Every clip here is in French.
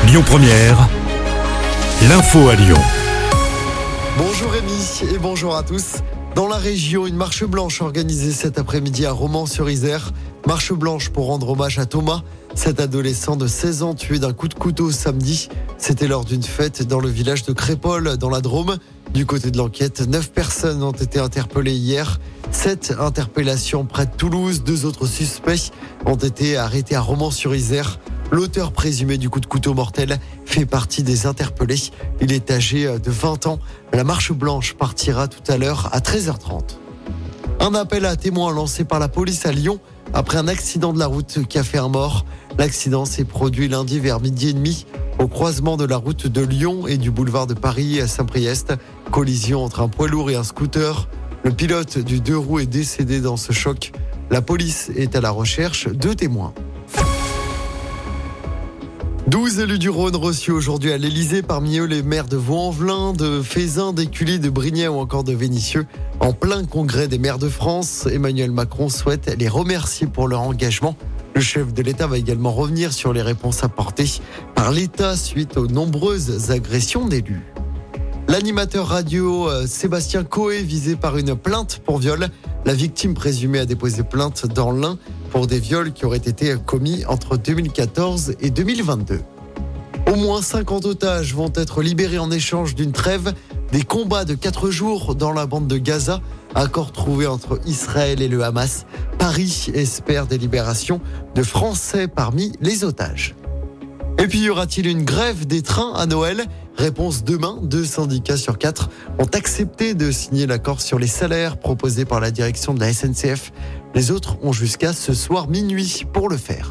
Lyon Première, l'info à Lyon. Bonjour Rémi et bonjour à tous. Dans la région, une marche blanche organisée cet après-midi à Romans-sur-Isère. Marche blanche pour rendre hommage à Thomas, cet adolescent de 16 ans tué d'un coup de couteau samedi. C'était lors d'une fête dans le village de Crépol, dans la Drôme. Du côté de l'enquête, 9 personnes ont été interpellées hier. 7 interpellations près de Toulouse. 2 autres suspects ont été arrêtés à Romans-sur-Isère. L'auteur présumé du coup de couteau mortel fait partie des interpellés. Il est âgé de 20 ans. La marche blanche partira tout à l'heure à 13h30. Un appel à témoins lancé par la police à Lyon après un accident de la route qui a fait un mort. L'accident s'est produit lundi vers midi et demi au croisement de la route de Lyon et du boulevard de Paris à Saint-Priest. Collision entre un poids lourd et un scooter. Le pilote du 2 roues est décédé dans ce choc. La police est à la recherche de témoins. 12 élus du Rhône reçus aujourd'hui à l'Elysée, parmi eux les maires de Vaux-en-Velin, de Fézin, d'Écully, de Brignais ou encore de Vénissieux. En plein congrès des maires de France, Emmanuel Macron souhaite les remercier pour leur engagement. Le chef de l'État va également revenir sur les réponses apportées par l'État suite aux nombreuses agressions d'élus. L'animateur radio Sébastien Coé visé par une plainte pour viol. La victime présumée a déposé plainte dans l'Ain pour des viols qui auraient été commis entre 2014 et 2022. Au moins 50 otages vont être libérés en échange d'une trêve. Des combats de 4 jours dans la bande de Gaza. Accord trouvé entre Israël et le Hamas. Paris espère des libérations de Français parmi les otages. Et puis, y aura-t-il une grève des trains à Noël ? Réponse demain. 2 syndicats sur 4 ont accepté de signer l'accord sur les salaires proposés par la direction de la SNCF. Les autres ont jusqu'à ce soir minuit pour le faire.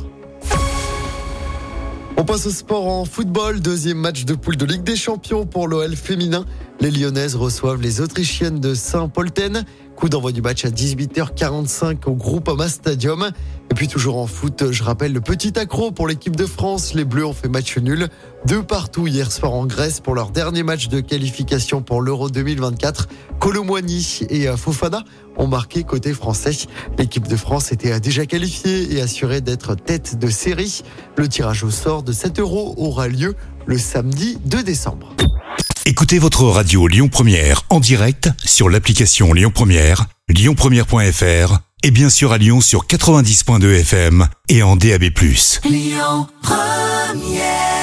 On passe au sport en football. 2e match de poule de Ligue des Champions pour l'OL féminin. Les Lyonnaises reçoivent les Autrichiennes de Saint-Polten. Coup d'envoi du match à 18h45 au Groupama Stadium. Et puis toujours en foot, je rappelle le petit accro pour l'équipe de France. Les Bleus ont fait match nul 2-2 hier soir en Grèce pour leur dernier match de qualification pour l'Euro 2024. Kolo Muani et Fofana ont marqué côté français. L'équipe de France était déjà qualifiée et assurée d'être tête de série. Le tirage au sort de cet Euro aura lieu le samedi 2 décembre. Écoutez votre radio Lyon Première en direct sur l'application Lyon Première, lyonpremière.fr et bien sûr à Lyon sur 90.2 FM et en DAB+. Lyon Première.